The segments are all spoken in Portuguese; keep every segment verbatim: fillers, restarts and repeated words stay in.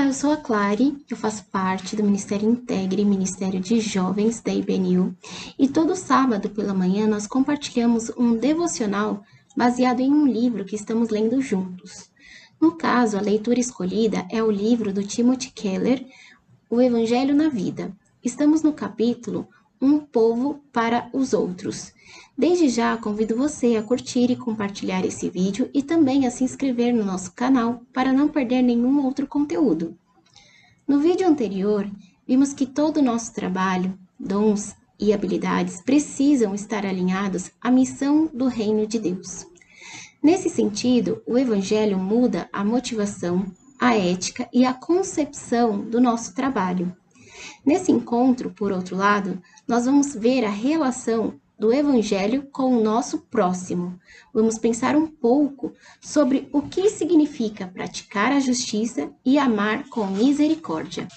eu sou a Clary, eu faço parte do Ministério Integre, Ministério de Jovens da I B N U, e todo sábado pela manhã nós compartilhamos um devocional baseado em um livro que estamos lendo juntos. No caso, a leitura escolhida é o livro do Timothy Keller, O Evangelho na Vida. Estamos no capítulo Um Povo para os Outros. Desde já, convido você a curtir e compartilhar esse vídeo e também a se inscrever no nosso canal para não perder nenhum outro conteúdo. No vídeo anterior, vimos que todo o nosso trabalho, dons e habilidades precisam estar alinhados à missão do Reino de Deus. Nesse sentido, o Evangelho muda a motivação, a ética e a concepção do nosso trabalho. Nesse encontro, por outro lado, nós vamos ver a relação do Evangelho com o nosso próximo. Vamos pensar um pouco sobre o que significa praticar a justiça e amar com misericórdia.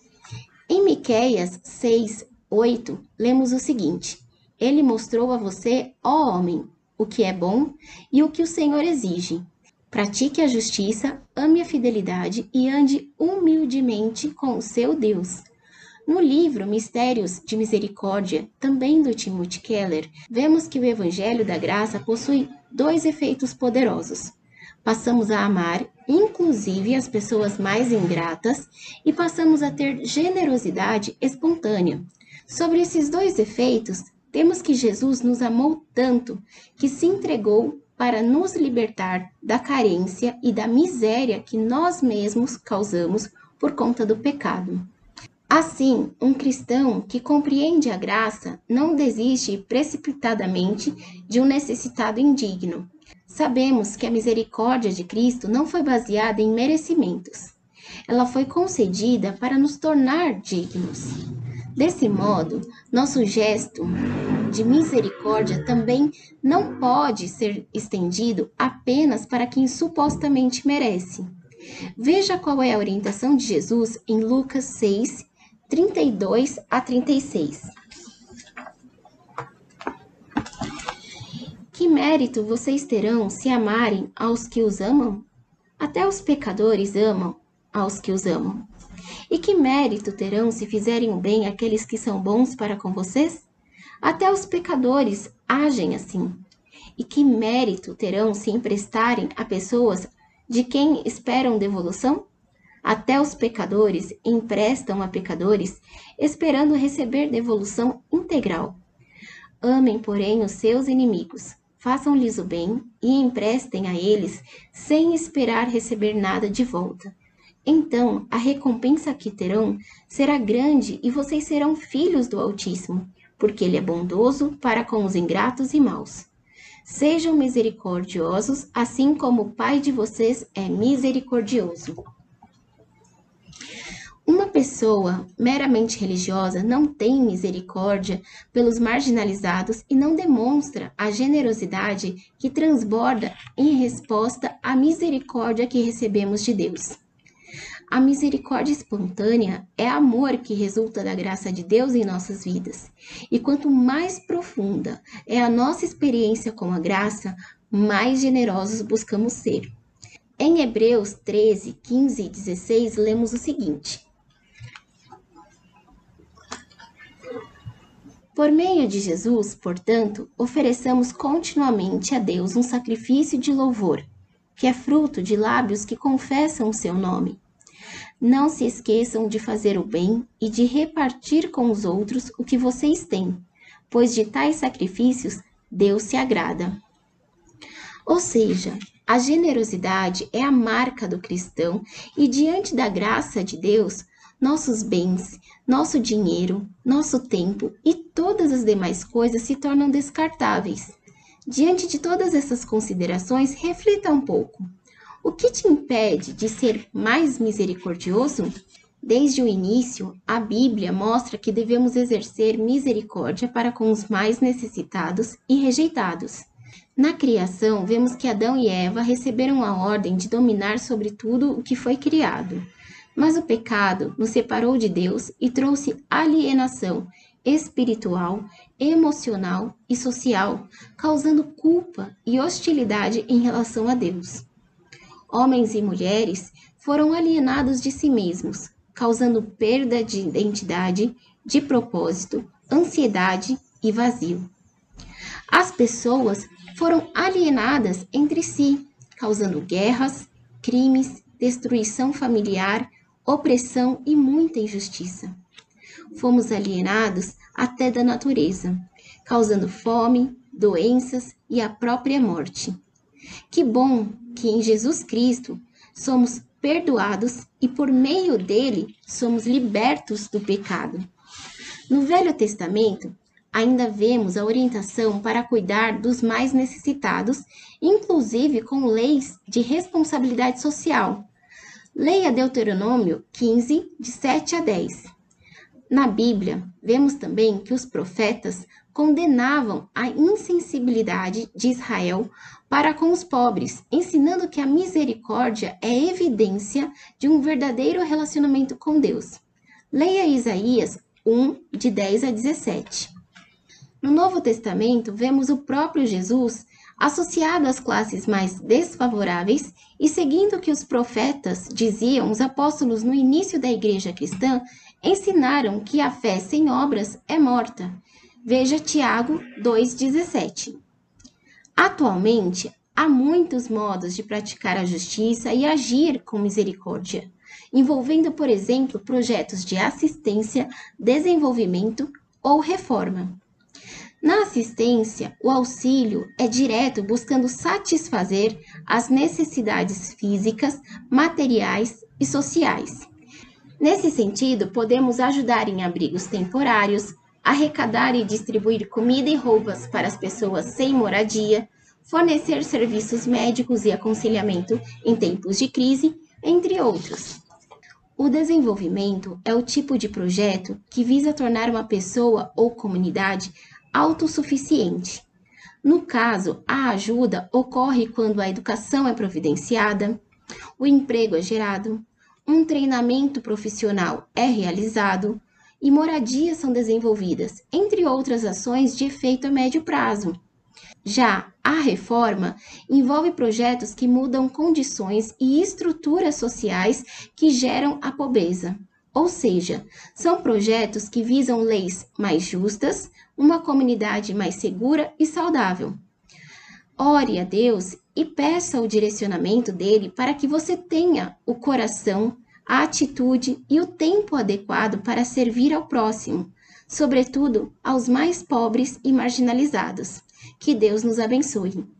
Em Miqueias seis, oito, lemos o seguinte: Ele mostrou a você, ó homem, o que é bom e o que o Senhor exige. Pratique a justiça, ame a fidelidade e ande humildemente com o seu Deus. No livro Mistérios de Misericórdia, também do Timothy Keller, vemos que o Evangelho da Graça possui dois efeitos poderosos. Passamos a amar, inclusive, as pessoas mais ingratas e passamos a ter generosidade espontânea. Sobre esses dois efeitos, temos que Jesus nos amou tanto que se entregou para nos libertar da carência e da miséria que nós mesmos causamos por conta do pecado. Assim, um cristão que compreende a graça não desiste precipitadamente de um necessitado indigno. Sabemos que a misericórdia de Cristo não foi baseada em merecimentos. Ela foi concedida para nos tornar dignos. Desse modo, nosso gesto de misericórdia também não pode ser estendido apenas para quem supostamente merece. Veja qual é a orientação de Jesus em Lucas seis, trinta e dois a trinta e seis. Que mérito vocês terão se amarem aos que os amam? Até os pecadores amam aos que os amam. E que mérito terão se fizerem o bem àqueles que são bons para com vocês? Até os pecadores agem assim. E que mérito terão se emprestarem a pessoas de quem esperam devolução? Até os pecadores emprestam a pecadores, esperando receber devolução integral. Amem, porém, os seus inimigos, façam-lhes o bem e emprestem a eles, sem esperar receber nada de volta. Então, a recompensa que terão será grande e vocês serão filhos do Altíssimo, porque Ele é bondoso para com os ingratos e maus. Sejam misericordiosos, assim como o Pai de vocês é misericordioso. Uma pessoa meramente religiosa não tem misericórdia pelos marginalizados e não demonstra a generosidade que transborda em resposta à misericórdia que recebemos de Deus. A misericórdia espontânea é amor que resulta da graça de Deus em nossas vidas. E quanto mais profunda é a nossa experiência com a graça, mais generosos buscamos ser. Em Hebreus treze, quinze e dezesseis, lemos o seguinte: Por meio de Jesus, portanto, ofereçamos continuamente a Deus um sacrifício de louvor, que é fruto de lábios que confessam o seu nome. Não se esqueçam de fazer o bem e de repartir com os outros o que vocês têm, pois de tais sacrifícios Deus se agrada. Ou seja, a generosidade é a marca do cristão e diante da graça de Deus, nossos bens, nosso dinheiro, nosso tempo e todas as demais coisas se tornam descartáveis. Diante de todas essas considerações, reflita um pouco. O que te impede de ser mais misericordioso? Desde o início, a Bíblia mostra que devemos exercer misericórdia para com os mais necessitados e rejeitados. Na criação, vemos que Adão e Eva receberam a ordem de dominar sobre tudo o que foi criado. Mas o pecado nos separou de Deus e trouxe alienação espiritual, emocional e social, causando culpa e hostilidade em relação a Deus. Homens e mulheres foram alienados de si mesmos, causando perda de identidade, de propósito, ansiedade e vazio. As pessoas foram alienadas entre si, causando guerras, crimes, destruição familiar, opressão e muita injustiça. Fomos alienados até da natureza, causando fome, doenças e a própria morte. Que bom que em Jesus Cristo somos perdoados e por meio dele somos libertos do pecado. No Velho Testamento, ainda vemos a orientação para cuidar dos mais necessitados, inclusive com leis de responsabilidade social. Leia Deuteronômio quinze, de sete a dez. Na Bíblia, vemos também que os profetas condenavam a insensibilidade de Israel para com os pobres, ensinando que a misericórdia é evidência de um verdadeiro relacionamento com Deus. Leia Isaías um, de dez a dezessete. No Novo Testamento, vemos o próprio Jesus associado às classes mais desfavoráveis e seguindo o que os profetas diziam, os apóstolos no início da igreja cristã ensinaram que a fé sem obras é morta. Veja Tiago dois, dezessete. Atualmente, há muitos modos de praticar a justiça e agir com misericórdia, envolvendo, por exemplo, projetos de assistência, desenvolvimento ou reforma. Na assistência, o auxílio é direto buscando satisfazer as necessidades físicas, materiais e sociais. Nesse sentido, podemos ajudar em abrigos temporários, arrecadar e distribuir comida e roupas para as pessoas sem moradia, fornecer serviços médicos e aconselhamento em tempos de crise, entre outros. O desenvolvimento é o tipo de projeto que visa tornar uma pessoa ou comunidade autossuficiente. No caso, a ajuda ocorre quando a educação é providenciada, o emprego é gerado, um treinamento profissional é realizado e moradias são desenvolvidas, entre outras ações de efeito a médio prazo. Já a reforma envolve projetos que mudam condições e estruturas sociais que geram a pobreza. Ou seja, são projetos que visam leis mais justas, uma comunidade mais segura e saudável. Ore a Deus e peça o direcionamento dele para que você tenha o coração, a atitude e o tempo adequado para servir ao próximo, sobretudo aos mais pobres e marginalizados. Que Deus nos abençoe.